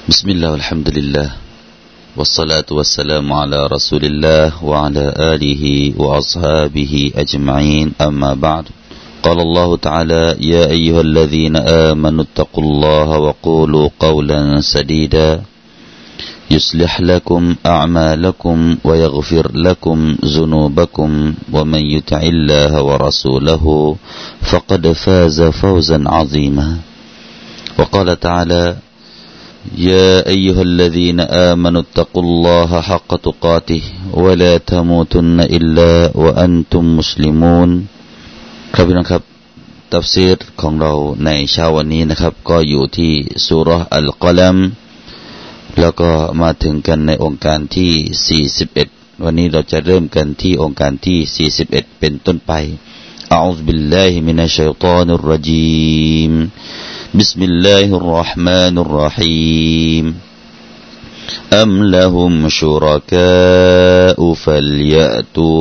بسم الله والحمد لله والصلاة والسلام على رسول الله وعلى آله وأصحابه أجمعين أما بعد قال الله تعالى يا أيها الذين آمنوا اتقوا الله وقولوا قولا سديدا يصلح لكم أعمالكم ويغفر لكم ذنوبكم ومن يطع الله ورسوله فقد فاز فوزا عظيما وقال تعالى يا أيها الذين آمنوا اتقوا الله حق تقاته ولا تموتن إلا وأنتم مسلمون ครับพี่น้องครับตัฟซีรของเราในเช้าวันนี้นะครับก็อยู่ที่ซูเราะห์อัลกอลัมแล้วก็มาถึงกันในองค์การที่41วันนี้เราจะเริ่มกันที่องค์การที่41เป็นต้นไปอะอูซุบิลลาฮิมินัชชัยฏอนิรเราะญีมبسم الله الرحمن الرحيم أم لهم شركاء فليأتوا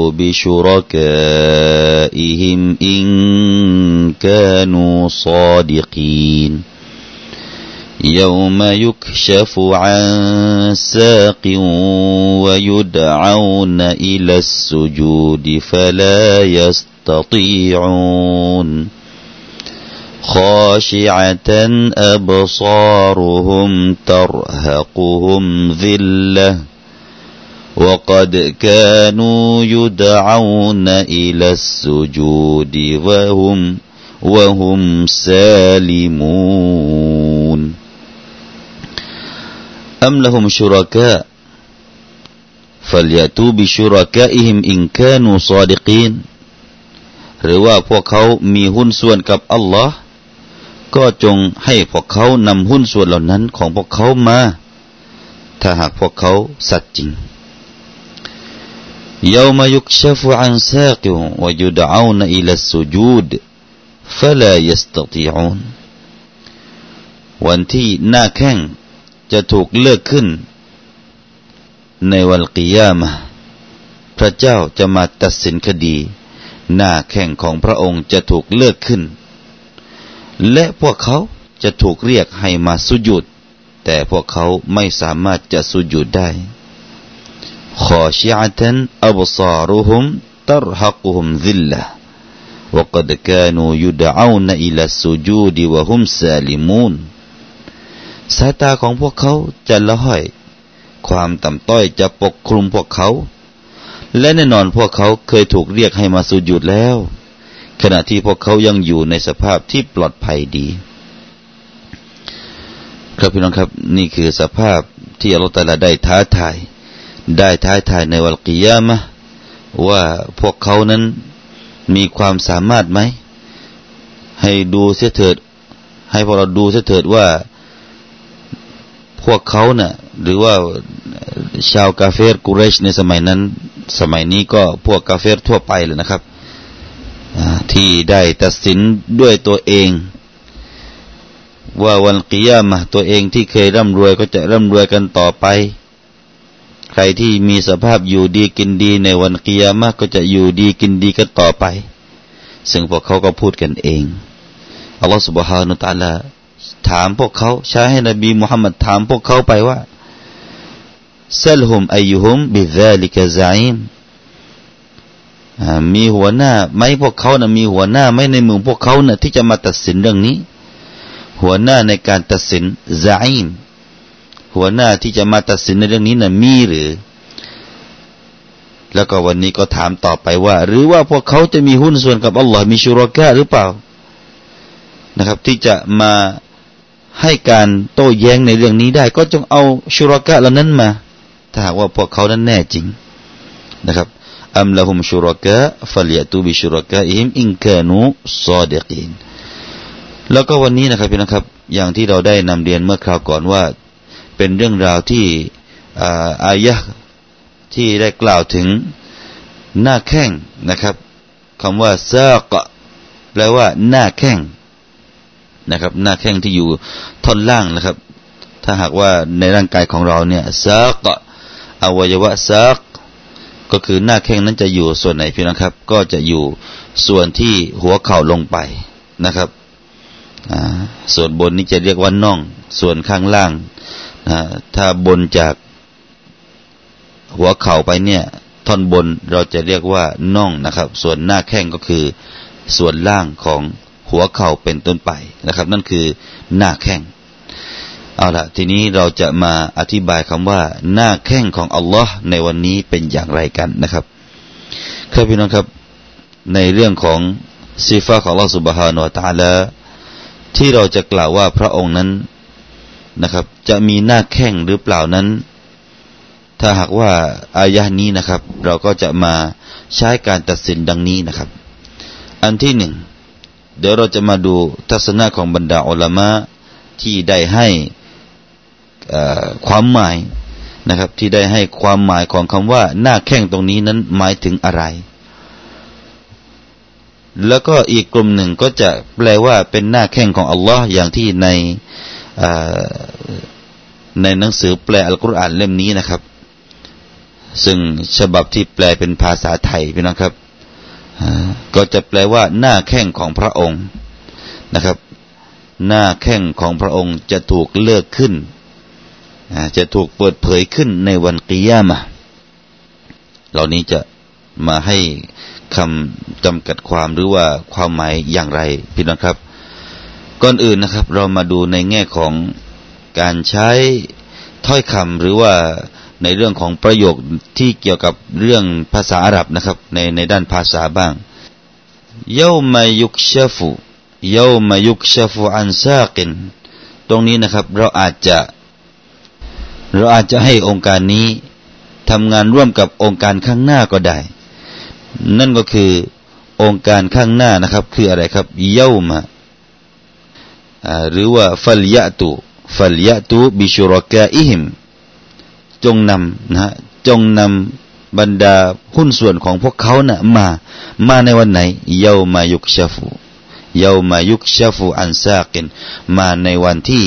بشركائهم إن كانوا صادقين يوم يكشف عن ساق ويدعون إلى السجود فلا يستطيعون خاشعة أبصارهم ترهقهم ذلة وقد كانوا يدعون إلى السجود وهم سالمون أم لهم شركاء فليأتوا بشركائهم إن كانوا صادقين หรือว่าพวกเขามีหุ้นส่วนกับอัลลอฮ์ก็จงให้พวกเขานำหุ้นส่วนเหล่านั้นของพวกเขามาถ้าหากพวกเขาสัตย์จริงيوم يكشف عن ساق ويدعون إلى السجود فلا يستطيعون วันที่หน้าแข้งจะถูกเลิกขึ้นในวันกิยามะห์พระเจ้าจะมาตัดสินคดีหน้าแข้งของพระองค์จะถูกเลิกขึ้นและพวกเขาจะถูกเรียกให้มาสุญูดแต่พวกเขาไม่สามารถจะสุญูดได้ขอชิอะตันอับซารุฮุมตัรฮักุฮุมซิลละวะกัดกานูยุดอูนอิลาสุญูดวะฮุมซาลิมูนสายตาของพวกเขาจะละห้อยความต่ำต้อยจะปกคลุมพวกเขาและแน่นอนพวกเขาเคยถูกเรียกให้มาสุญูดแล้วขณะที่พวกเขายังอยู่ในสภาพที่ปลอดภัยดีครับพี่น้องครับนี่คือสภาพที่อัลเลาะห์ตะอาลาได้ท้าทายในวันกิยามะห์ว่าพวกเขานั้นมีความสามารถไหมให้ดูเสียเถิดให้พวกเราดูเสียเถิดว่าพวกเขาน่ะหรือว่าชาวกาเฟรกุเรชในสมัยนั้นสมัยนี้ก็พวกกาเฟรทั่วไปเลยนะครับที่ได้ตัดสินด้วยตัวเองว่าวันกิยามะห์ตัวเองที่เคยร่ำรวยก็จะร่ำรวยกันต่อไปใครที่มีสภาพอยู่ดีกินดีในวันกิยามะห์ก็จะอยู่ดีกินดีกันต่อไปซึ่งพวกเขาก็พูดกันเองอัลลอฮฺ سبحانه และ تعالى ถามพวกเขาใช้ให้นบีมุฮัมมัดถามพวกเขาไปว่าซัลฮุมอัยยุฮุมบิซาลิกะซะอีมมีหัวหน้าไหมพวกเขานะมีหัวหน้าไหมในหมู่พวกเขานะที่จะมาตัดสินเรื่องนี้หัวหน้าในการตัดสินซะอีมหัวหน้าที่จะมาตัดสินในเรื่องนี้นะมีหรือแล้วก็วันนี้ก็ถามต่อไปว่าหรือว่าพวกเขาจะมีหุ้นส่วนกับอัลลอฮ์มีชุรอกะหรือเปล่านะครับที่จะมาให้การโต้แย้งในเรื่องนี้ได้ก็จงเอาชุรอกะเหล่านั้นมาถ้าหากว่าพวกเขานั้นแน่จริงนะครับอัมละฮุมชุรกะฟัลยะตูบิชุรกะอิฮิมอินกานูศอดิกีนแล้วก็วันนี้นะครับพี่น้องครับอย่างที่เราได้นำเรียนเมื่อคราวก่อนว่าเป็นเรื่องราวที่อายะห์ที่ได้กล่าวถึงหน้าแข้งนะครับคำว่าซากะแปลว่าหน้าแข้งนะครับหน้าแข้งที่อยู่ท่อนล่างนะครับถ้าหากว่าในร่างกายของเราเนี่ยซากะอวัยวะซากก็คือหน้าแข้งนั้นจะอยู่ส่วนไหนพี่น้องครับก็จะอยู่ส่วนที่หัวเข่าลงไปนะครับ ส่วนบนนี้จะเรียกว่าน่องส่วนข้างล่างถ้าบนจากหัวเข่าไปเนี่ยท่อนบนเราจะเรียกว่าน่องนะครับส่วนหน้าแข้งก็คือส่วนล่างของหัวเข่าเป็นต้นไปนะครับนั่นคือหน้าแข้งเอาละทีนี้เราจะมาอธิบายคำว่าหน้าแข้งของอัลลอฮ์ในวันนี้เป็นอย่างไรกันนะครับครับพี่น้องครับในเรื่องของซิฟะห์ของอัลลอฮ์ซุบฮานะฮูวะตะอาลาที่เราจะกล่าวว่าพระองค์นั้นนะครับจะมีหน้าแข้งหรือเปล่านั้นถ้าหากว่าอายะห์นี้นะครับเราก็จะมาใช้การตัดสินดังนี้นะครับอันที่หนึ่งเดี๋ยวเราจะมาดูทัศนะของบรรดาอุลามะที่ได้ให้ความหมายนะครับที่ได้ให้ความหมายของคำว่าหน้าแข้งตรงนี้นั้นหมายถึงอะไรแล้วก็อีกกลุ่มหนึ่งก็จะแปลว่าเป็นหน้าแข้งของอัลลอฮ์อย่างที่ในหนังสือแปลอัลกุรอานเล่มนี้นะครับซึ่งฉบับที่แปลเป็นภาษาไทยพี่น้องครับก็จะแปลว่าหน้าแข้งของพระองค์นะครับหน้าแข้งของพระองค์จะถูกเลิกขึ้นจะถูกเปิดเผยขึ้นในวันกิยามะห์เหล่านี้จะมาให้คำจำกัดความหรือว่าความหมายอย่างไรพี่น้องครับก่อนอื่นนะครับเรามาดูในแง่ของการใช้ถ้อยคำหรือว่าในเรื่องของประโยคที่เกี่ยวกับเรื่องภาษาอาหรับนะครับในด้านภาษาบ้างเยามายุกชฟูอันซากินตรงนี้นะครับเราอาจจะให้องค์การนี้ทำงานร่วมกับองค์การข้างหน้าก็ได้นั่นก็คือองค์การข้างหน้านะครับคืออะไรครับเยามาหรือว่าฟัลยะตูบิชุรกาอิฮิมจงนำจงนำบรรดาหุ้นส่วนของพวกเขานะมาในวันไหนเยามายุกชฟูอันซากินมาในวันที่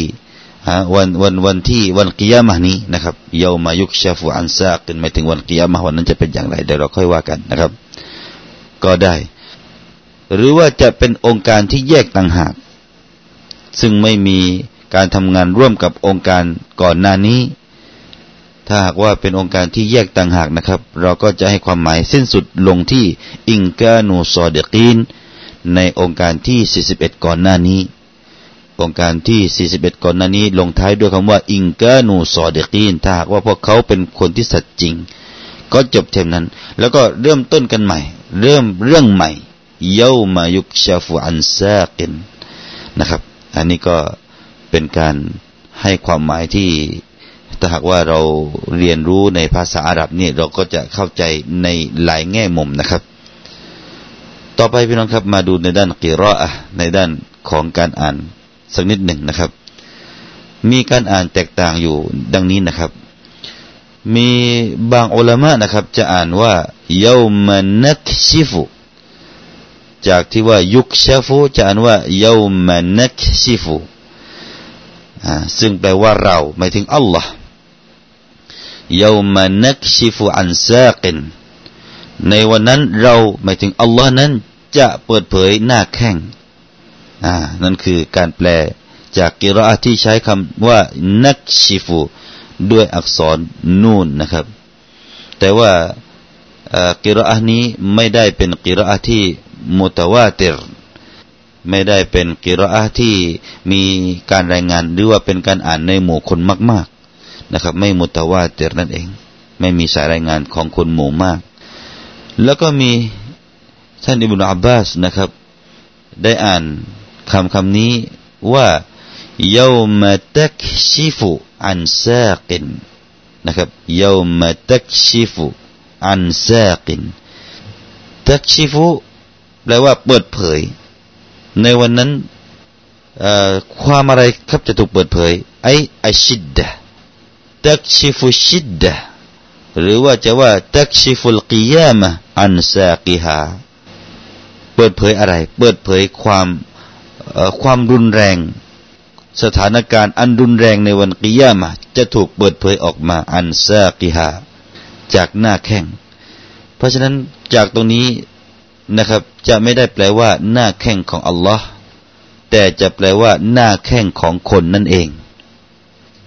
วันกิยามะห์นี้นะครับเยามายุกชฟูอันซากินหมายถึงวันกิยามะห์วันนั้นจะเป็นอย่างไรเดี๋ยวเราค่อยว่ากันนะครับก็ได้หรือว่าจะเป็นองค์การที่แยกต่างหากซึ่งไม่มีการทำงานร่วมกับองค์การก่อนหน้านี้ถ้าหากว่าเป็นองค์การที่แยกต่างหากนะครับเราก็จะให้ความหมายสิ้นสุดลงที่อิงกานูซอดิกีนในองค์การที่41ก่อนหน้านี้องค์การที่41ก่อนหน้านี้ลงท้ายด้วยคำว่าอิงกานูซอดิกีนถ้าหากว่าพวกเขาเป็นคนที่สัตย์จริงก็จบเท่านั้นแล้วก็เริ่มต้นกันใหม่เรื่องใหม่เยามายุกชาฟูอันซากินนะครับอันนี้ก็เป็นการให้ความหมายที่ถ้าหากว่าเราเรียนรู้ในภาษาอาหรับนี่เราก็จะเข้าใจในหลายแง่มุมนะครับต่อไปพี่น้องครับมาดูในด้านกิรออะห์ในด้านของการอ่านสักนิดหนึ่งนะครับมีการอ่านแตกต่างอยู่ดังนี้นะครับมีบางอุลามะนะครับจะอ่านว่าเยามานักชิฟุจากที่ว่ายุกชฟูจะอ่านว่าเยามานักชิฟูซึ่งแปลว่าเราหมายถึงอัลลอฮ์เยามานักชิฟูอันซากินในวันนั้นเราหมายถึงอัลลอฮ์นั้นจะเปิดเผยหน้าแข้งนั่นคือการแปลจากกิรออะห์ที่ใช้คำว่านักชิฟูด้วยอักษรนูนนะครับแต่ว่ากิรออะห์นี้ไม่ได้เป็นกิรออะห์ที่มุตะวาติรไม่ได้เป็นกิรออะห์ที่มีการรายงานหรือว่าเป็นการอ่านในหมู่คนมากๆนะครับไม่มุตะวาติรนั่นเองไม่มีสายรายงานของคนหมู่มากแล้วก็มีท่านอิบนุอับบาสนะครับได้อ่านคำนี้ว่าเยามาตักชิฟุอันซากินนะครับเยามาตักชิฟุอันซากินตักชิฟุแปลว่าเปิดเผยในวันนั้นความอะไรครับจะถูกเปิดเผยไออัชชิดดะตักชิฟุชิดดะหรือว่าจะว่าตักชิฟุลกิยามะอันซากิฮาเปิดเผยอะไรเปิดเผยความรุนแรงสถานการณ์อันรุนแรงในวันกิยามะห์จะถูกเปิดเผยออกมาอันซากิฮาจากหน้าแข้งเพราะฉะนั้นจากตรงนี้นะครับจะไม่ได้แปลว่าหน้าแข้งของอัลลอฮ์แต่จะแปลว่าหน้าแข้งของคนนั่นเอง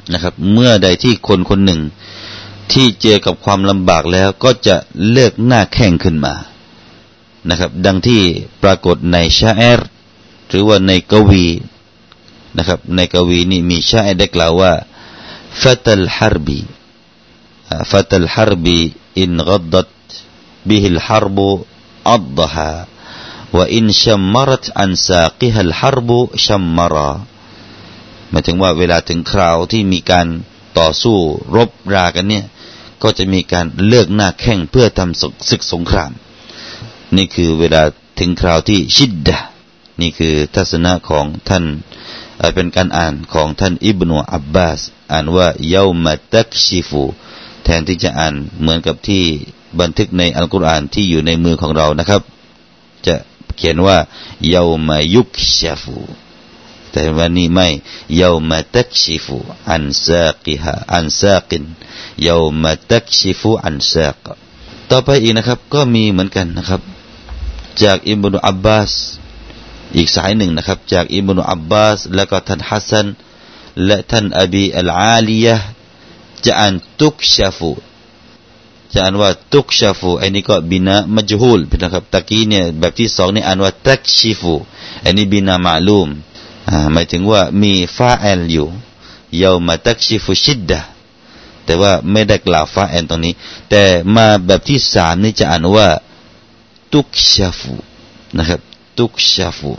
นะครับเมื่อใดที่คนคนหนึ่งที่เจอกับความลำบากแล้วก็จะเลิกหน้าแข้งขึ้นมานะครับดังที่ปรากฏในชาอิรหรือว่าในกวีนะครับในกวีนี้มีชาอิรได้กล่าวว่าฟัตลฮารบีฟัตลฮารบีอินกัดดัตบิฮิลฮารบุอัดดฮาوإن شمرت عن ساقها الحرب شمرا หมายถึงว่าเวลาถึงคราวที่มีการต่อสู้รบรากันเนี่ยก็จะมีการเลิกหน้าแข้งเพื่อทำศึกสงครามนี่คือเวลาถึงคราวที่ชิดดะนี่คือทัศนะของท่านเป็นการอ่านของท่านอิบนุอับบาสอ่านว่าเยามาตักชิฟูแทนที่จะอ่านเหมือนกับที่บันทึกในอัลกุรอานที่อยู่ในมือของเรานะครับจะเขียนว่าเยามายุกชาฟูแต่วันนี้ไม่เยามาตักชิฟูอันซากิฮะอันซากินเยามาตักชิฟูอันซากต่อไปอีกนะครับก็มีเหมือนกันนะครับจากอิบนุอับบาสอีกสายหนึ่งนะครับจากอิบนุอับบาสแล้วก็ท่านฮัสซันและท่านอบีอัลอาลียะห์จะอ่านตุกชาฟูจะอ่านว่าตุกชาฟูอันนี้ก็บินามัจฮูลนะครับตะกี้เนี่ยแบบที่สองนี่อ่านว่าตักชิฟูอันนี้บินามาลูมหมายถึงว่ามีฟาอิลอยู่เยามาตักชิฟูชิดดะแต่ว่าไม่ได้กล่าวฟาอิลตรงนี้แต่มาแบบที่สามนี่จะอ่านว่าตุกชาฟูนะครับตุกชาฟู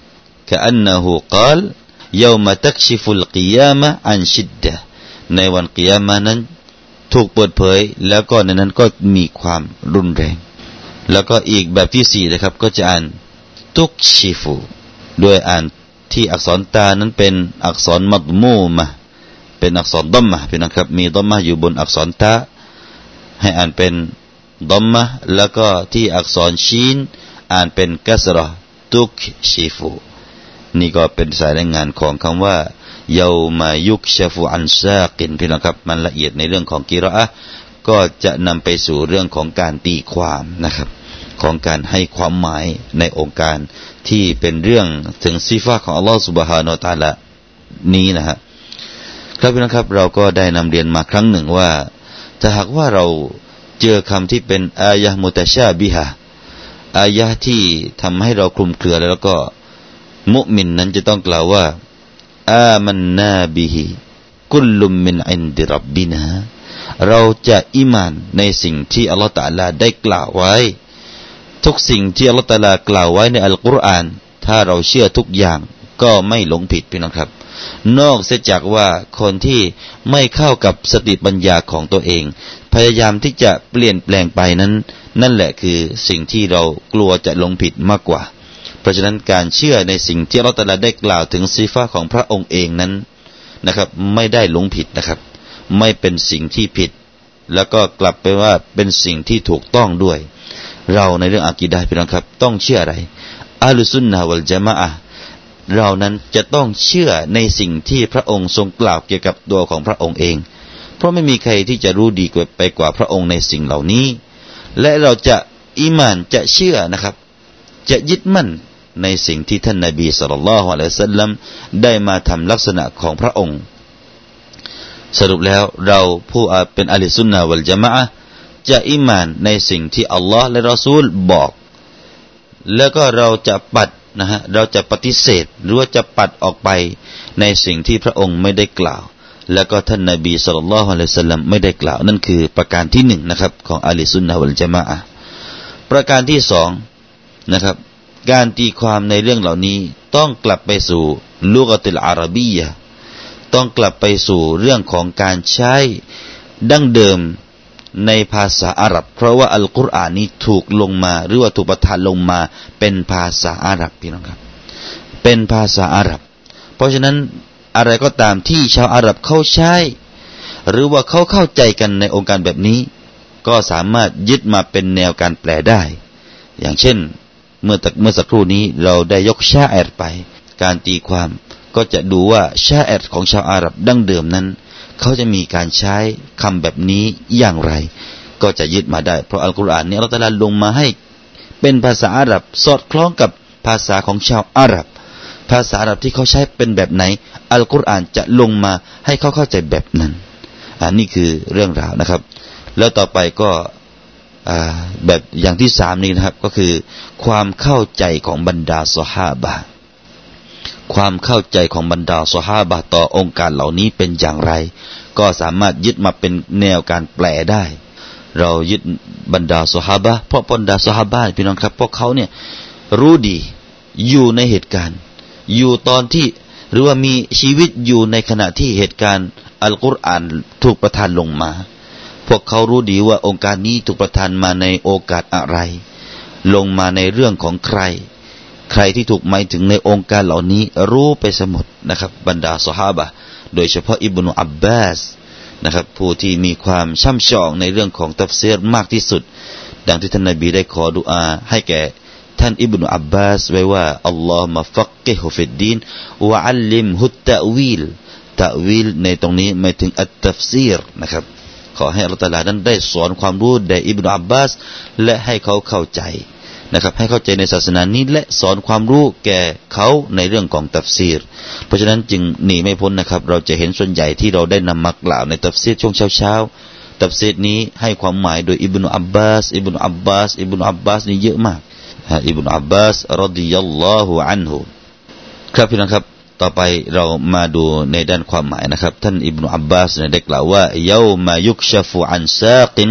كأنه قال يوم تكشف القيامة عن شدة ในวันกิยามะห์นั้นถูกเปิดเผยแล้วก็ในนั้นก็มีความรุนแรงแล้วก็อีกแบบที่สี่นะครับก็จะอ่านตุกชิฟูโดยอ่านที่อักษรตานั้นเป็นอักษรมัดมูมะเป็นอักษรดัมมะพี่น้องครับมีดัมมะอยู่บนอักษรตาให้อ่านเป็นดัมมะแล้วก็ที่อักษรชีนอ่านเป็นกัสเราะห์ตุกชิฟูนี่ก็เป็นสายรายงานของคำว่าเยามายุกชฟูอันซากินพี่น้องครับมันละเอียดในเรื่องของกิรออะห์ก็จะนำไปสู่เรื่องของการตีความนะครับของการให้ความหมายในองค์การที่เป็นเรื่องถึงซิฟะห์ของอัลลอฮฺซุบฮานะฮูวะตะอาลานี้นะฮะครับพี่น้องครับเราก็ได้นำเรียนมาครั้งหนึ่งว่าถ้าหากว่าเราเจอคำที่เป็นอายะห์มุตะชาบิฮะอายะห์ที่ทำให้เราคลุมเครือแล้วก็มุมินนั้นจะต้องกล่าวว่าอามันนาบิฮิกุลลุมมินอินดิร็อบบินาเราจะอีหม่านในสิ่งที่อัลเลาะห์ตะอาลาได้กล่าวไว้ทุกสิ่งที่อัลเลาะห์ตะอาลากล่าวไว้ในอัลกุรอานถ้าเราเชื่อทุกอย่างก็ไม่หลงผิดพี่น้องครับนอกเสียจากว่าคนที่ไม่เข้ากับสติปัญญาของตัวเองพยายามที่จะเปลี่ยนแปลงไปนั้นนั่นแหละคือสิ่งที่เรากลัวจะหลงผิดมากกว่าเพราะฉะนั้นการเชื่อในสิ่งที่อัลเลาะห์ตะอาลาได้กล่าวถึงซิฟะห์ของพระองค์เองนั้นนะครับไม่ได้หลงผิดนะครับไม่เป็นสิ่งที่ผิดแล้วก็กลับไปว่าเป็นสิ่งที่ถูกต้องด้วยเราในเรื่องอะกีดะห์พี่น้องครับต้องเชื่ออะไรอะห์ลุสซุนนะฮ์วัลญะมาอะห์เรานั้นจะต้องเชื่อในสิ่งที่พระองค์ทรงกล่าวเกี่ยวกับตัวของพระองค์เองเพราะไม่มีใครที่จะรู้ดีไปกว่าพระองค์ในสิ่งเหล่านี้และเราจะอีหม่านจะเชื่อนะครับจะยึดมั่นในสิ่งที่ท่านนบีศ็อลลัลลอฮุอะลัยฮิวะซัลลัมได้มาทำลักษณะของพระองค์สรุปแล้วเราผู้เป็นอะห์ลุสซุนนะฮ์วัลญะมาอะห์จะอีหม่านในสิ่งที่อัลลอฮ์และรอซูลบอกแล้วก็เราจะปัดนะฮะเราจะปฏิเสธหรือว่าจะปัดออกไปในสิ่งที่พระองค์ไม่ได้กล่าวแล้วก็ท่านนบีศ็อลลัลลอฮุอะลัยฮิวะซัลลัมไม่ได้กล่าวนั่นคือประการที่หนึ่งนะครับของอะห์ลุสซุนนะฮ์วัลญะมาอะห์ประการที่สองนะครับการตีความในเรื่องเหล่านี้ต้องกลับไปสู่ลุกะตุลอาระบียะห์ต้องกลับไปสู่เรื่องของการใช้ดั้งเดิมในภาษาอาหรับเพราะว่าอัลกุรอานนี้ถูกลงมาหรือว่าถูกประทานลงมาเป็นภาษาอาหรับพี่น้องครับเป็นภาษาอาหรับเพราะฉะนั้นอะไรก็ตามที่ชาวอาหรับเขาใช้หรือว่าเขาเข้าใจกันในองค์การแบบนี้ก็สามารถยึดมาเป็นแนวการแปลได้อย่างเช่นเมื่อสักครู่นี้เราได้ยกชาอิรไปการตีความก็จะดูว่าชาอิรของชาวอาหรับดั้งเดิมนั้นเขาจะมีการใช้คำแบบนี้อย่างไรก็จะยึดมาได้เพราะอัลกุรอานนี้อัลเลาะห์ตะอาลาลงมาให้เป็นภาษาอาหรับสอดคล้องกับภาษาของชาวอาหรับภาษาอาหรับที่เขาใช้เป็นแบบไหนอัลกุรอานจะลงมาให้เขาเข้าใจแบบนั้นนี่คือเรื่องราวนะครับแล้วต่อไปก็แบบอย่างที่3นี้นะครับก็คือความเข้าใจของบรรดาซอฮาบะห์ความเข้าใจของบรรดาซอฮาบะห์ต่อองค์การเหล่านี้เป็นอย่างไรก็สามารถยึดมาเป็นแนวการแปลได้เรายึดบรรดาซอฮาบะห์เพราะบรรดาซอฮาบะห์พี่น้องครับพวกเขาเนี่ยรู้ดีอยู่ในเหตุการณ์อยู่ตอนที่หรือว่ามีชีวิตอยู่ในขณะที่เหตุการณ์อัลกุรอานถูกประทานลงมาพวกเขารู้ดีว่าองค์การนี้ถูกประทานมาในโอกาสอะไรลงมาในเรื่องของใครที่ถูกหมายถึงในองค์การเหล่านี้รู้ไปสมดนะครับบรรดาซอฮาบะห์โดยเฉพาะอิบนุอับบาสนะครับผู้ที่มีความช่ำชองในเรื่องของตัฟซีรมากที่สุดดังที่ท่านนบีได้ขอดุอาให้แก่ท่านอิบนุอับบาสไว้ว่าอัลลอฮุมะฟักกิฮุฟิดดีนวะอัลลิมฮุตตะวีลในตรงนี้หมายถึงอัตตัฟซีรนะครับขอให้อัลเลาะห์ตะอาลานั้นได้สอนความรู้แด่อิบนุอับบาสและให้เขาเข้าใจนะครับให้เข้าใจในศาสนานี้และสอนความรู้แก่เขาในเรื่องของตัฟซีรเพราะฉะนั้นจึงหนีไม่พ้นนะครับเราจะเห็นส่วนใหญ่ที่เราได้นำมากล่าวในตัฟซีรช่วงเช้าตัฟซีรนี้ให้ความหมายโดยอิบนุอับบาสนี่เยอะมากอิบนุอับบาสรอฎิยัลลอฮุอันฮุครับพี่น้องครับต่อไปเรามาดูในด้านความหมายนะครับท่านอิบนุอับบาสได้กล่าวว่าเยามายุกชะฟุอันซากิน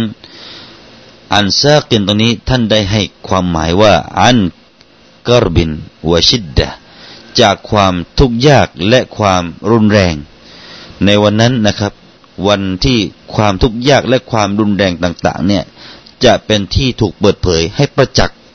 ตรงนี้ท่านได้ให้ความหมายว่าอันกรบินวะชิดดะจากความทุกข์ยากและความรุนแรงในวันนั้นนะครับวันที่ความทุกข์ยากและความรุนแรงต่างๆเนี่ยจะเป็นที่ถูกเปิดเผยให้ประจักษ์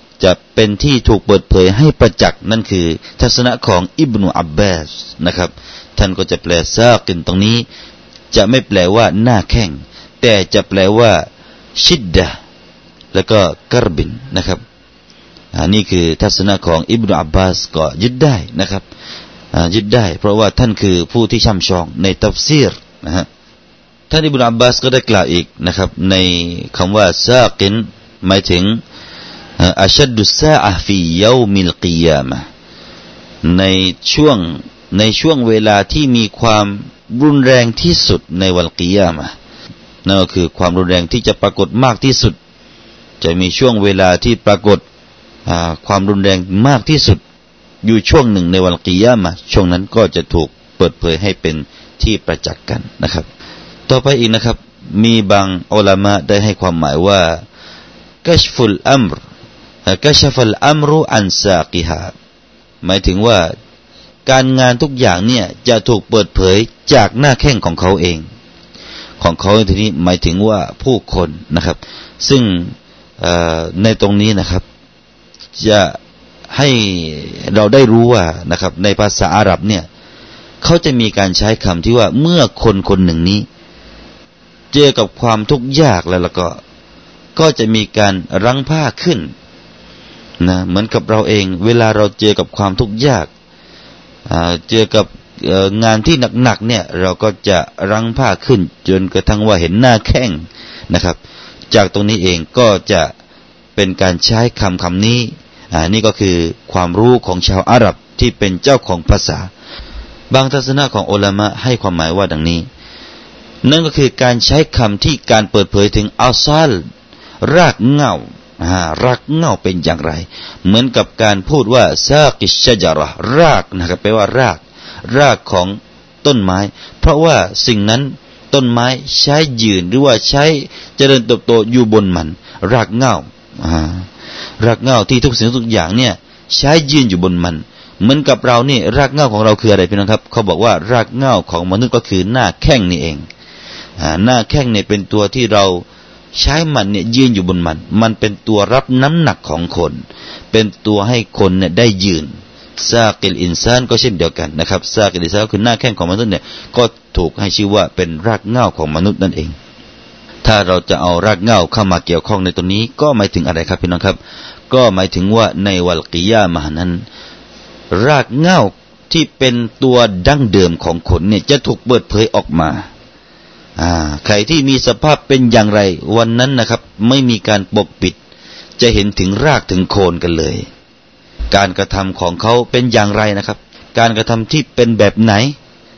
นั่นคือทัศนะของอิบนุอับบาสนะครับท่านก็จะแปลซากินตรงนี้จะไม่แปลว่าหน้าแข้งแต่จะแปลว่าชิดดะแล้วก็กรบินนะครับนี่คือทัศนะของอิบนุอับบาสก็ยึดได้นะครับยึดได้เพราะว่าท่านคือผู้ที่ช่ำชองในตัฟซีรนะฮะท่านอิบนุอับบาสก็ได้กล่าวอีกนะครับในคำว่าซากินหมายถึงอัชดุสซาอะห์ฟียอมิลกิยามะห์ในช่วงเวลาที่มีความรุนแรงที่สุดในวันกิยามะห์นั่นก็คือความรุนแรงที่จะปรากฏมากที่สุดจะมีช่วงเวลาที่ปรากฏความรุนแรงมากที่สุดอยู่ช่วงหนึ่งในวันกิยามะห์ช่วงนั้นก็จะถูกเปิดเผยให้เป็นที่ประจักษ์กันนะครับต่อไปอีกนะครับมีบางอุลามะได้ให้ความหมายว่ากัชฟุลอัมรกัชฟัลอัมรุอันซากิฮาหมายถึงว่าการงานทุกอย่างเนี่ยจะถูกเปิดเผยจากหน้าแข้งของเขาเองของเขาทีนี้หมายถึงว่าผู้คนนะครับซึ่งในตรงนี้นะครับจะให้เราได้รู้ว่านะครับในภาษาอาหรับเนี่ยเขาจะมีการใช้คำที่ว่าเมื่อคนคนหนึ่งนี้เจอกับความทุกข์ยากแล้วก็จะมีการรั้งผ้าขึ้นนะเหมือนกับเราเองเวลาเราเจอกับความทุกข์ยากเจอกับงานที่หนักๆเนี่ยเราก็จะรั้งผ้าขึ้นจนกระทั่งว่าเห็นหน้าแข้งนะครับจากตรงนี้เองก็จะเป็นการใช้คำนี้นี่ก็คือความรู้ของชาวอาหรับที่เป็นเจ้าของภาษาบางทัศนะของอุลามะให้ความหมายว่าดังนี้นั่นก็คือการใช้คำที่การเปิดเผยถึงอัลซาลรากเหง้ารากเหง้าเป็นอย่างไรเหมือนกับการพูดว่าซากิชชะจาระรากนะครับแปลว่ารากของต้นไม้เพราะว่าสิ่งนั้นต้นไม้ใช้ยืนหรือว่าใช้เจริญเติบโตอยู่บนมันรากเหง้ารากเหง้าที่ทุกสิ่งทุกอย่างเนี่ยใช้ยืนอยู่บนมันเหมือนกับเรานี่รากเหง้าของเราคืออะไรพี่น้องครับเขาบอกว่ารากเหง้าของมนุษย์ก็คือหน้าแข้งนี่เองหน้าแข้งเนี่ยเป็นตัวที่เราใช้มันเนี่ยยืนอยู่บนมันเป็นตัวรับน้ำหนักของคนเป็นตัวให้คนเนี่ยได้ยืนซากิลอินซานก็เช่นเดียวกันนะครับซากิลอินซานก็คือหน้าแข้งของมนุษย์เนี่ยก็ถูกให้ชื่อว่าเป็นรากเหง้าของมนุษย์นั่นเองถ้าเราจะเอารากเหง้าเข้ามาเกี่ยวข้องในตรงนี้ก็หมายถึงอะไรครับพี่น้องครับก็หมายถึงว่าในวัลกิยามะห์นั้นรากเหง้าที่เป็นตัวดั้งเดิมของคนเนี่ยจะถูกเปิดเผยออกมาใครที่มีสภาพเป็นอย่างไรวันนั้นนะครับไม่มีการปกปิดจะเห็นถึงรากถึงโคนกันเลยการกระทำของเขาเป็นอย่างไรนะครับการกระทำที่เป็นแบบไหน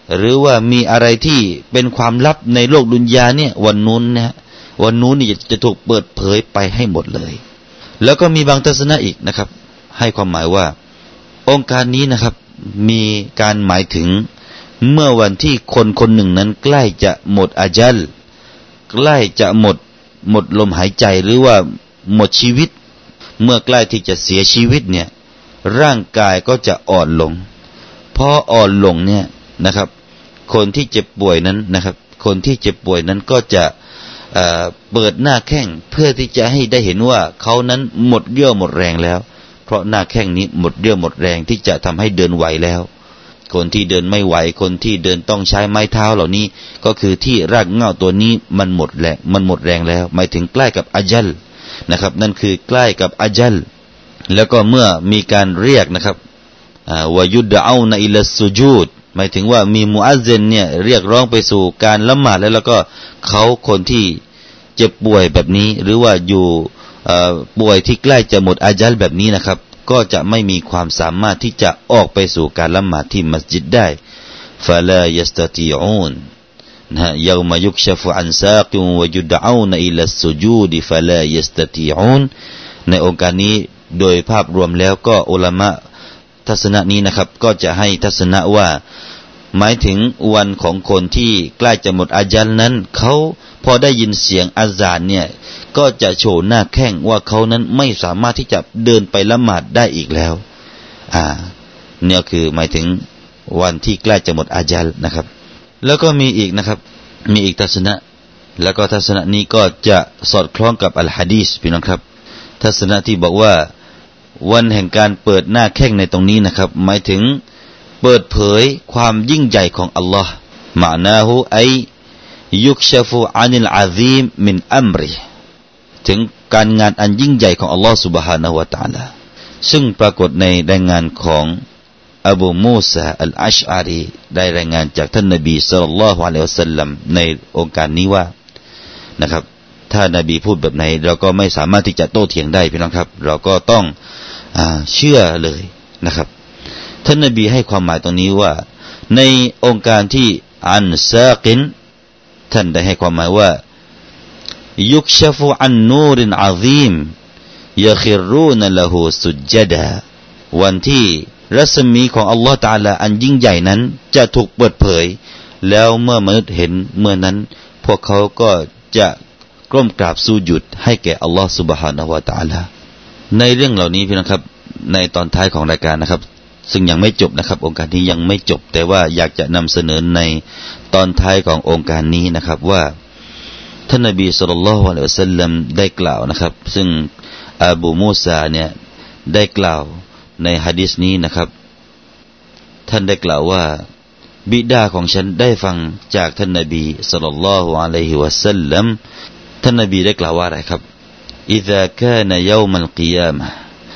หรือว่ามีอะไรที่เป็นความลับในโลกดุนยาเนี่ยวันนู้นนะวันนู้นนี่จะถูกเปิดเผยไปให้หมดเลยแล้วก็มีบางทัศนะอีกนะครับให้ความหมายว่าองค์การนี้นะครับมีการหมายถึงเมื่อวันที่คนคนหนึ่งนั้นใกล้จะหมดอาญัลใกล้จะหมดลมหายใจหรือว่าหมดชีวิตเมื่อใกล้ที่จะเสียชีวิตเนี่ยร่างกายก็จะอ่อนลงพออ่อนลงเนี่ยนะครับคนที่เจ็บป่วยนั้นนะครับคนที่เจ็บป่วยนั้นก็จะเปิดหน้าแข้งเพื่อที่จะให้ได้เห็นว่าเขานั้นหมดเรี่ยวหมดแรงแล้วเพราะหน้าแข้งนี้หมดเรี่ยวหมดแรงที่จะทำให้เดินไหวแล้วคนที่เดินไม่ไหวคนที่เดินต้องใช้ไม้เท้าเหล่านี้ก็คือที่รากเหง้าตัวนี้มันหมดแรงแล้วหมายถึงใกล้กับอาญัลนะครับนั่นคือใกล้กับอาญัลแล้วก็เมื่อมีการเรียกนะครับวายุดเอานะอิลัสซุญูดหมายถึงว่ามีมุอัซซินเนี่ยเรียกร้องไปสู่การละหมาดแล้วก็เขาคนที่เจ็บป่วยแบบนี้หรือว่าอยู่ป่วยที่ใกล้จะหมดอาญัลแบบนี้นะครับก็จะไม่มีความสามารถที่จะออกไปสู่การละหมาดที่มัสยิดได้ฟะลายัสตะตีอูนนะยามยุกชฟอันซากิวะยุดเอานะอิลัสซุญูดฟะลายัสตะตีอูนในองค์การนี้โดยภาพรวมแล้วก็อุลามะทัศนะนี้นะครับก็จะให้ทัศนะว่าหมายถึงวันของคนที่ใกล้จะหมดอาญัลนั้นเขาพอได้ยินเสียงอาซานเนี่ยก็จะโชว์หน้าแข้งว่าเขานั้นไม่สามารถที่จะเดินไปละหมาดได้อีกแล้วเนี่ยคือหมายถึงวันที่ใกล้จะหมดอาญัลนะครับแล้วก็มีอีกนะครับมีอีกทัศนะแล้วก็ทัศนะนี้ก็จะสอดคล้องกับอัลหะดีษพี่น้องครับทัศนะที่บอกว่าวันแห่งการเปิดหน้าแข้งในตรงนี้นะครับหมายถึงเปิดเผยความยิ่งใหญ่ของอัลลอฮ์มะนาฮูไอยุกชฟูอานิลอาซีมมินอัมริถึงการงานอันยิ่งใหญ่ของอัลลอฮ์ سبحانه และ تعالى ซึ่งปรากฏในรายงานของอบูมูซาอัลอัชอารีได้รายงานจากท่านนบีศ็อลลัลลอฮุอะลัยฮิวะซัลลัมในองค์การนี้ว่านะครับถ้านบีพูดแบบไหนเราก็ไม่สามารถที่จะโต้เถียงได้พี่น้องครับเราก็ต้องเชื่อเลยนะครับท่านนบีให้ความหมายตรงนี้ว่าในองค์การที่อันซากินท่านได้ให้ความหมายว่ายุกชฟูอันนูรินอาซีมยะคิรูนละหูสุจดาวันที่รัศมีของอัลลอฮฺตะอาลาอันยิ่งใหญ่นั้นจะถูกเปิดเผยแล้วเมื่อมนุษย์เห็นเมื่อนั้นพวกเขาก็จะก้มกราบสุญูดให้แก่อัลลอฮฺ سبحانه และ تعالى ในเรื่องเหล่านี้พี่นะครับในตอนท้ายของรายการนะครับซึ่งยังไม่จบนะครับองค์การนี้ยังไม่จบแต่ว่าอยากจะนำเสนอในตอนท้ายขององค์การนี้นะครับว่าท่านนบีศ็อลลัลลอฮุอะลัยฮิวะซัลลัมได้กล่าวนะครับซึ่งอบูมูซาเนี่ยได้กล่าวในหะดีษนี้นะครับท่านได้กล่าวว่าบิดาของฉันได้ฟังจากท่านนบีศ็อลลัลลอฮุอะลัยฮิวะซัลลัมท่านนบีได้กล่าวว่าอะไรครับ إذا كان يوم القيامة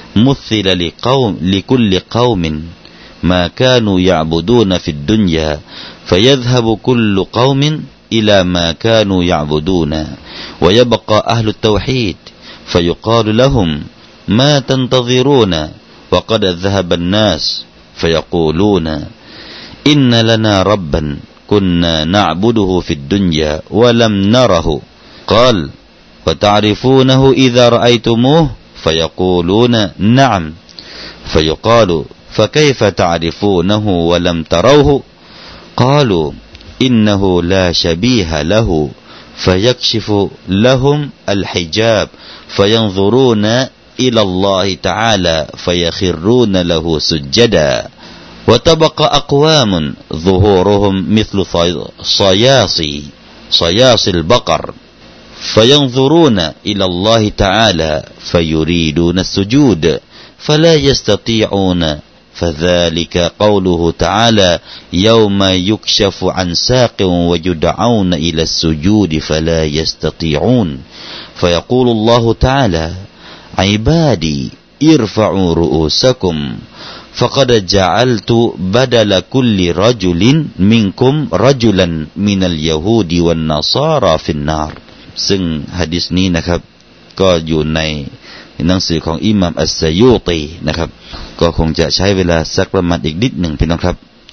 مثل لكل قوم ما كانوا يعبدون في الدنيا فيذهب كل قوم إلى ما كانوا يعبدون ويبقى أهل التوحيد فيقال لهم ما تنتظرون وقد ذهب الناس فيقولون إن لنا ربا كنا نعبده في الدنيا ولم نره قال وتعرفونه إذا رأيتموه فيقولون نعم فيقال فكيف تعرفونه ولم تروه قالوا إنه لا شبيه له فيكشف لهم الحجاب فينظرون إلى الله تعالى فيخرون له سجدا وتبقى أقوام ظهورهم مثل صياصي البقر فينظرون إلى الله تعالى فيريدون السجود فلا يستطيعون فذلك قوله تعالى يوم يكشف عن ساق ويدعون إلى السجود فلا يستطيعون فيقول الله تعالى عبادي ارفعوا رؤوسكم فقد جعلت بدل كل رجل منكم رجلا من اليهود والنصارى في النار ซึ่งหะดีษนี้นะครับก็อยู่ในหนังสือของอิหม่ามอัสซะยูตีนะครับก็คงจะใช้เวลาสักประมาณอีกนิดหนึ่งพี่น้องครับ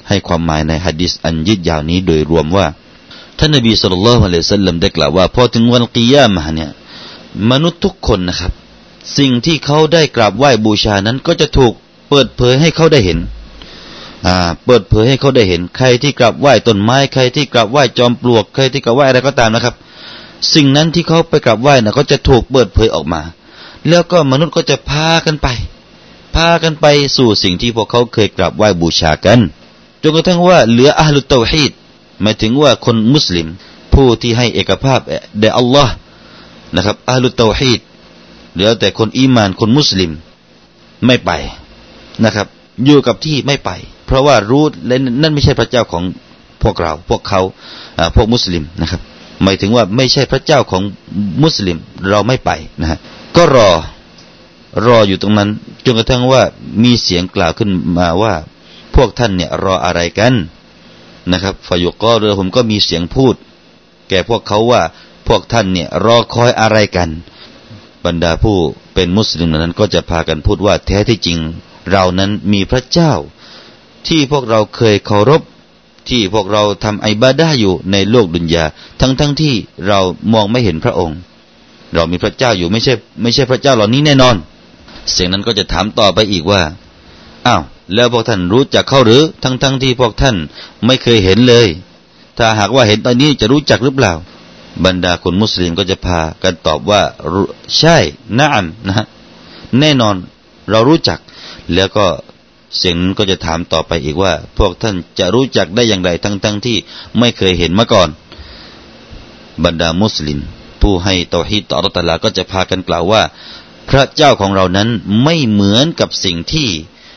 ให้ความหมายในหะดีษอันยืดยาวนี้โดยรวมว่าท่านนบีศ็อลลัลลอฮุอะลัยฮิวะซัลลัมได้กล่าวว่าพอถึงวันกิยามะห์เนี่ยมนุษย์ทุกคนนะครับสิ่งที่เขาได้กราบไหว้บูชานั้นก็จะถูกเปิดเผยให้เขาได้เห็นเปิดเผยให้เขาได้เห็นใครที่กราบไหว้ต้นไม้ใครที่กราบไหว้จอมปลวกใครที่กราบไหว้อะไรก็ตามนะครับสิ่งนั้นที่เขาไปกราบไหว้น่ะก็จะถูกเปิดเผยออกมาแล้วก็มนุษย์ก็จะพากันไปสู่สิ่งที่พวกเขาเคยกราบไหว้บูชากันจนกระทั่งว่าเหลืออะห์ลุตเตาฮีดหมายถึงว่าคนมุสลิมผู้ที่ให้เอกภาพแด่อัลลอฮ์นะครับอะห์ลุตเตาฮีดเหลือแต่คนอีหม่านคนมุสลิมไม่ไปนะครับอยู่กับที่ไม่ไปเพราะว่ารู้และนั่นไม่ใช่พระเจ้าของพวกเราพวกเขาพวกมุสลิมนะครับหมายถึงว่าไม่ใช่พระเจ้าของมุสลิมเราไม่ไปนะฮะก็รออยู่ตรงนั้นจนกระทั่งว่ามีเสียงกล่าวขึ้นมาว่าพวกท่านเนี่ยรออะไรกันนะครับฟายุกอรผมก็มีเสียงพูดแก่พวกเขาว่าพวกท่านเนี่ยรอคอยอะไรกันบรรดาผู้เป็นมุสลิมนั้นก็จะพากันพูดว่าแท้ที่จริงเรานั้นมีพระเจ้าที่พวกเราเคยเคารพที่พวกเราทำอิบาดะห์อยู่ในโลกดุนยาทั้งที่เรามองไม่เห็นพระองค์เรามีพระเจ้าอยู่ไม่ใช่พระเจ้าเหล่านี้แน่นอนเสียงนั้นก็จะถามต่อไปอีกว่าอ้าวแล้วพวกท่านรู้จักเขาหรือทั้งที่พวกท่านไม่เคยเห็นเลยถ้าหากว่าเห็นตอนนี้จะรู้จักหรือเปล่าบรรดาคนมุสลิมก็จะพากันตอบว่าใช่นะอัมนะฮะแน่นอนเรารู้จักแล้วก็เสียงนั้นก็จะถามต่อไปอีกว่าพวกท่านจะรู้จักได้อย่างไรทั้งที่ไม่เคยเห็นมาก่อนบรรดามุสลิมผู้ให้เตาฮีดต่ออัลเลาะห์ตะอาลาก็จะพากันกล่าวว่าพระเจ้าของเรานั้นไม่เหมือนกับสิ่งที่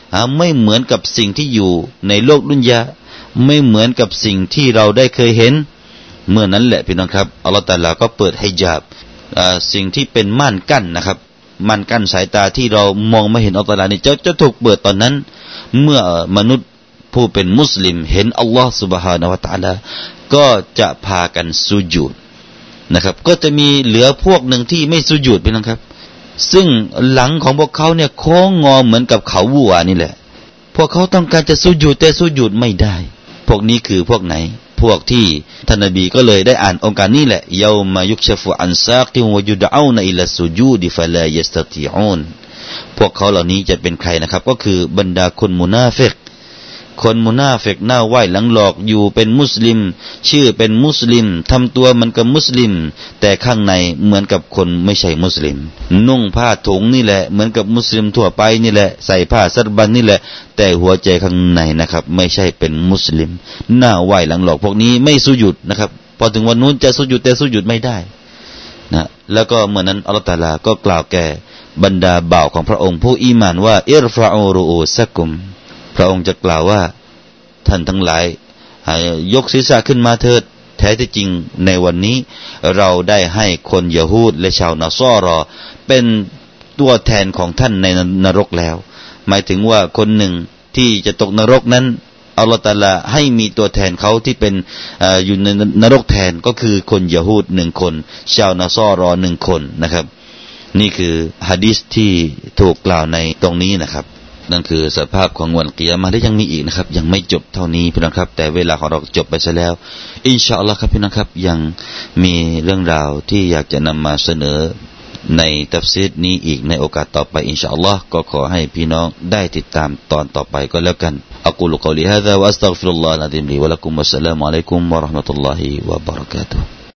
อยู่ในโลกดุนยาไม่เหมือนกับสิ่งที่เราได้เคยเห็นเมื่อนั้นแหละพี่น้องครับอัลเลาะห์ตะอาลาก็เปิดฮิญาบสิ่งที่เป็นม่านกั้นนะครับม่านกั้นสายตาที่เรามองไม่เห็นอัลเลาะห์ตะอาลานี่จะถูกเปิดตอนนั้นเมื่อมนุษย์ผู้เป็นมุสลิมเห็นอัลลอฮ์ซุบฮานะฮูวะตะอาลาก็จะพากันสุญูดนะครับก็จะมีเหลือพวกหนึ่งที่ไม่สุญูดพี่น้องครับซึ่งหลังของพวกเขาเนี่ยโค้งงอเหมือนกับเขาวัวนี่แหละพวกเขาต้องการจะสุญูดแต่สุญูดไม่ได้พวกนี้คือพวกไหนพวกที่ท่านนบีก็เลยได้อ่านองค์การนี้แหละยาวมายุกชฟุอันซากิวะยุดเอานะอิลาสุญูดฟะลายัสตะติอูนพวกเขาเหล่านี้จะเป็นใครนะครับก็คือบรรดาคนมุนาฟิกคนมุนาฟิกหน้าไหว้หลังหลอกอยู่เป็นมุสลิมชื่อเป็นมุสลิมทำตัวเหมือนกับมุสลิมแต่ข้างในเหมือนกับคนไม่ใช่มุสลิมนุ่งผ้าถุงนี่แหละเหมือนกับมุสลิมทั่วไปนี่แหละใส่ผ้าซัรบันนี่แหละแต่หัวใจข้างในนะครับไม่ใช่เป็นมุสลิมหน้าไหว้หลังหลอกพวกนี้ไม่สุญูดนะครับพอถึงวันนู้นจะสุญูดแต่สุญูดไม่ได้นะแล้วก็เมื่อนั้นอัลเลาะห์ตะอาลาก็กล่าวแก่บรรดาบ่าวของพระองค์ผู้อีหม่านว่าอิรฟะอูรูอูซักุมพระองค์จะกล่าวว่าท่านทั้งหลายยกศีรษะขึ้นมาเถิดแท้ที่จริงในวันนี้เราได้ให้คนยะฮูดและชาวนาซอรอเป็นตัวแทนของท่านในนรกแล้วหมายถึงว่าคนหนึ่งที่จะตกนรกนั้นอัลเลาะห์ตะอาลาให้มีตัวแทนเขาที่เป็นอยู่ในนรกแทนก็คือคนยะฮูด1คนชาวนาซอรอ1คนนะครับนี่คือหะดีษที่ถูกกล่าวในตรงนี้นะครับนั่นคือสภาพของวันกิยามะห์ที่ยังมีอีกนะครับยังไม่จบเท่านี้พี่น้องครับแต่เวลาของเราจบไปซะแล้วอินชาอัลลอฮ์ครับพี่น้องครับยังมีเรื่องราวที่อยากจะนำมาเสนอในตัฟซีรนี้อีกในโอกาสต่อไปอินชาอัลลอฮ์ก็ขอให้พี่น้องได้ติดตามตอนต่อไปก็แล้วกันอะกูลุกอลีฮาซาวะอัสตัฆฟิรุลลอฮะลอะซีมลีวะละกุมวัสสลามุอะลัยกุมวะเราะห์มะตุลลอฮิวะบะเราะกาตุฮ์